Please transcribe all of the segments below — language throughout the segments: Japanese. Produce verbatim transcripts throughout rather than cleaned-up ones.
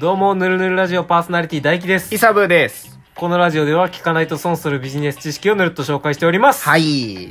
どうもぬるぬるラジオパーソナリティ大輝です。 イサブーです。 このラジオでは聞かないと損するビジネス知識をぬるっと紹介しております。 はい。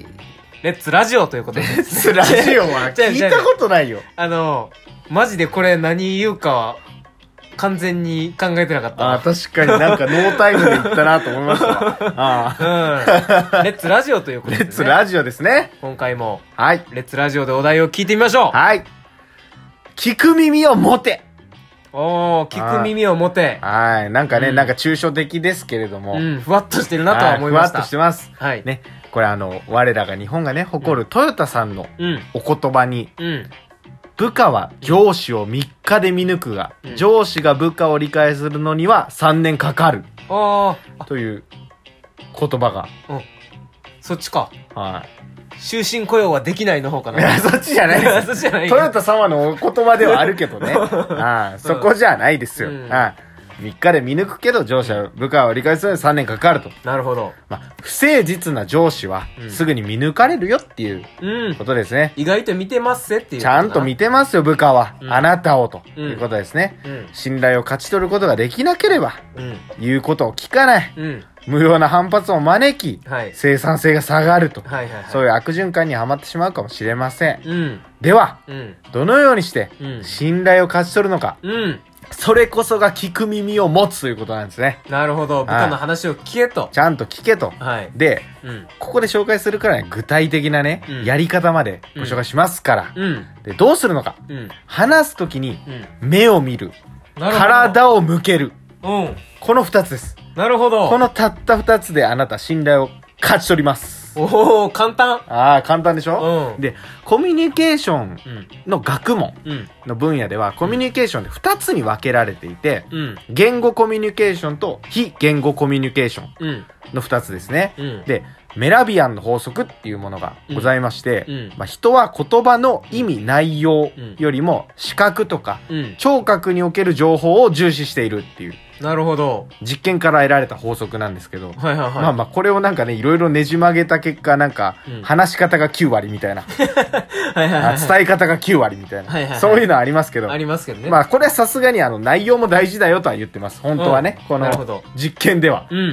レッツラジオということで、 レッツラジオは聞いたことないよ。 あのマジでこれ何言うかは完全に考えてなかった。 ああ、確かになんかノータイムで言ったなと思いましたわ。ああ、うん。レッツラジオということで、ね、 レッツラジオですね。 今回も、 はい。 レッツラジオでお題を聞いてみましょう。 はい。聞く耳を持て。 おー、聞く耳を持て。 はい。なんかね、うん、なんか抽象的ですけれども。 うん、ふわっとしてるなとは思いました。 ふわっとしてます。 はい。 ね。これあの、我らが日本がね、誇るトヨタさんのお言葉に、うん。うん部下は上司をみっかで見抜くが、うん、上司が部下を理解するのにはさんねんかかる。ああ。という言葉が。 うん。そっちか。 はい。 終身雇用はできないの方かな。 いや、そっちじゃないです。 そっちじゃない。 トヨタ様のお言葉ではあるけどね。ああ、そこじゃないですよ。うん、ああみっかで見抜くけど上司は部下を理解するのにさんねんかかると。 なるほど。 まあ、不誠実な上司はすぐに見抜かれるよっていうことですね。 うん、意外と見てますせっていう。 ちゃんと見てますよ部下は。うん、あなたをということですね。うん、信頼を勝ち取ることができなければ、うん、言うことを聞かない。うん、無用な反発を招き、はい、生産性が下がると、はいはいはい。そういう悪循環にはまってしまうかもしれません。うん、では、うん、どのようにして信頼を勝ち取るのか。うんそれこそが聞く耳を持つということなんですね。 なるほど。部下の話を聞けと。 ちゃんと聞けと。はい。で、うん、ここで紹介するからね、具体的なね、うん、やり方までご紹介しますから。うん、で、どうするのか。うん、話すときに、目を見る。うん、体を向ける。うん。この二つです。 なるほど。 このたった二つであなた信頼を勝ち取ります。 おお簡単。 ああ、簡単でしょ、うん、で、コミュニケーションの学問の分野では、コミュニケーションでふたつに分けられていて、うん、言語コミュニケーションと非言語コミュニケーションのふたつですね。うん、で、メラビアンの法則っていうものがございまして、うんうんまあ、人は言葉の意味、内容よりも視覚とか、うん、聴覚における情報を重視しているっていう。 なるほど。 実験から得られた法則なんですけど。 はいはいはい。 まあまあ、これをなんかね、いろいろねじ曲げた結果、なんか、話し方がきゅうわりみたいな。はいはいはい。伝え方がきゅうわりみたいな。はいはいはい。そういうのはありますけど。 ありますけどね。 まあ、これはさすがにあの、内容も大事だよとは言ってます。本当はね。うん、この、実験では。うん。うん。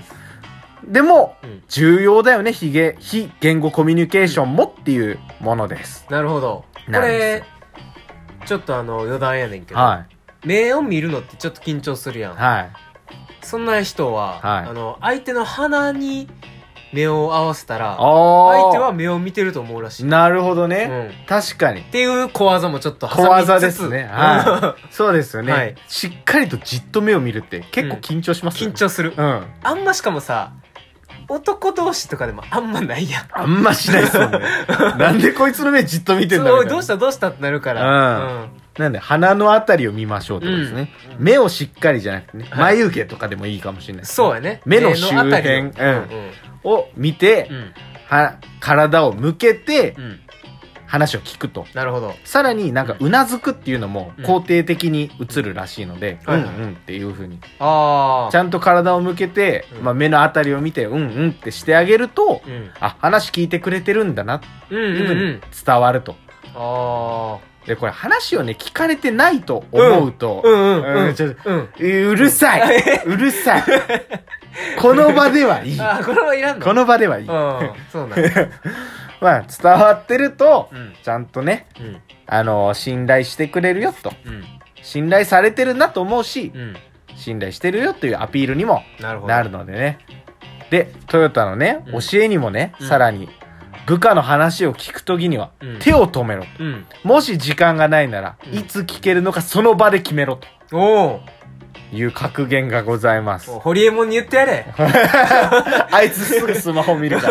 でも、うん、重要だよね、非言、非言語コミュニケーションもっていうものです。 なるほど。これ、ちょっとあの、余談やねんけど。はい。目を見るのってちょっと緊張するやん。はい。そんな人は、はい、あの、相手の鼻に目を合わせたら、相手は目を見てると思うらしい。 なるほどね。うん、確かに。 っていう小技もちょっと挟みつつ。 小技ですね。はい。そうですよね、はい。しっかりとじっと目を見るって結構緊張しますよね、 うん、緊張する。うん。あんましかもさ、男同士とかでもあんまないやん。 あんましないですよね。なんでこいつの目じっと見てんだろう。 どうしたどうしたってなるから。 うん。うんなんで、鼻のあたりを見ましょうってことですね、うん。目をしっかりじゃなくてね、はい、眉毛とかでもいいかもしれないです、ね。 そうやね。 目の周辺を,、うんうん、を見て、うん、は、体を向けて、うん、話を聞くと。 なるほど。 さらになんか、うなずくっていうのも肯定的に映るらしいので、うん、うん、うんっていう風に。あちゃんと体を向けて、うん、まあ、目のあたりを見て、うんうんってしてあげると、うん、あ、話聞いてくれてるんだなっていう風に伝わると。ああ。で、これ話をね、聞かれてないと思うと、うん、うん、うん、ちょっと、うん、うるさい、うるさい。この場ではいい。 あ、この場いらんの？ この場ではいい。うん、そうなんだ。まあ、伝わってると、うん、ちゃんとね、うん、あの、信頼してくれるよと、うん。信頼されてるなと思うし、うん、信頼してるよというアピールにもなるのでね。で、トヨタのね、うん、教えにもね、さらに、部下の話を聞くときには、手を止めろ、うん。もし時間がないなら、うん、いつ聞けるのかその場で決めろと。おー。いう格言がございます。 ホリエモンに言ってやれ。 あいつすぐスマホ見るから。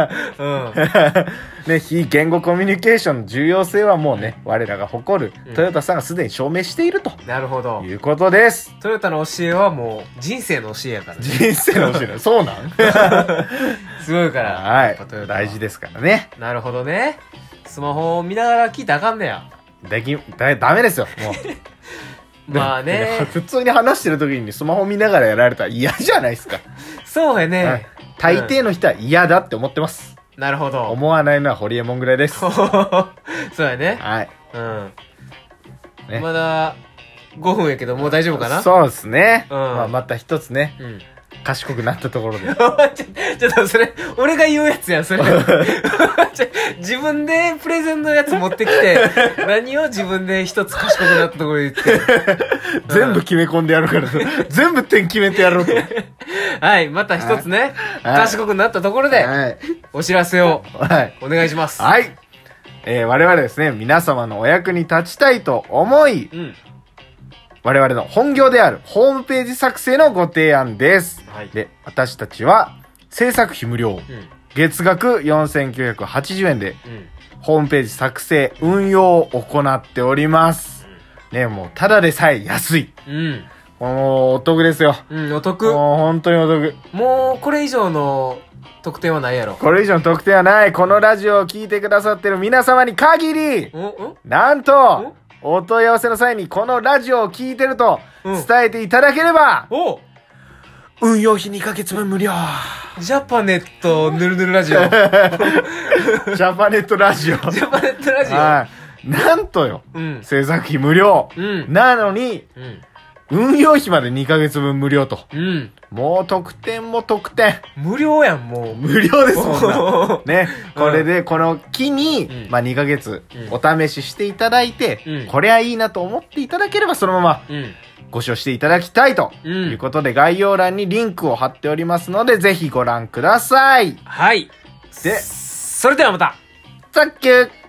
うん、ね、非言語コミュニケーションの重要性はもうね、我らが誇るトヨタさんがすでに証明していると。 なるほど。 いうことです。 トヨタの教えはもう人生の教えやからね。 人生の教えだ。そうなんすごいから。 はい。大事ですからね。 なるほどね。スマホを見ながら聞いたらあかんねや。 でき、だ、ダメですよ。もう。 まあね。 普通に話してる時にスマホ見ながらやられたら嫌じゃないですか。 そうやね、はい。 大抵の人は嫌だって思ってます。 うん、なるほど。 思わないのはホリエモンぐらいです。 そうやね。 はい。うん。 ね、まだ、 ごふんやけどもう大丈夫かな。 そうですね。 うんまあ、また一つね、うん、賢くなったところで。ちょ、 ちょっとそれ、俺が言うやつやん、それ。自分でプレゼンのやつ持ってきて、何を自分で一つ賢くなったところで言って。 全部決め込んでやるから、全部点決めてやろうと。 はい、また一つね、はい、賢くなったところで、はい、お知らせを、はい、お願いします。 はい。えー、我々ですね、皆様のお役に立ちたいと思い、うん、我々の本業であるホームページ作成のご提案です。はい、で、私たちは制作費無料、うん、月額よんせんきゅうひゃくはちじゅうえんで、うん、ホームページ作成、運用を行っております。うん、ね、もうただでさえ安い。うん、もうお得ですよ。 うん、お得。 もう本当にお得。 もうこれ以上の特典はないやろ。 これ以上の特典はない。このラジオを聞いてくださってる皆様に限り、なんと、お問い合わせの際にこのラジオを聞いてると伝えていただければ、うん、お運用費にかげつぶん無料。 ジャパネットぬるぬるラジオ。ジャパネットラジオ。 ジャパネットラジオ。 はい。なんとよ、うん、制作費無料。うん、なのに、うん運用費までにかげつぶん無料と。うん。もう特典も特典。 無料やん、もう。 無料ですもんな。ね。これで、この機に、うん、まあにかげつお試ししていただいて、うん、これはいいなと思っていただければそのまま、ご使用していただきたいということで、概要欄にリンクを貼っておりますので、ぜひご覧ください。 はい。 で、 それではまた。 サンキュー。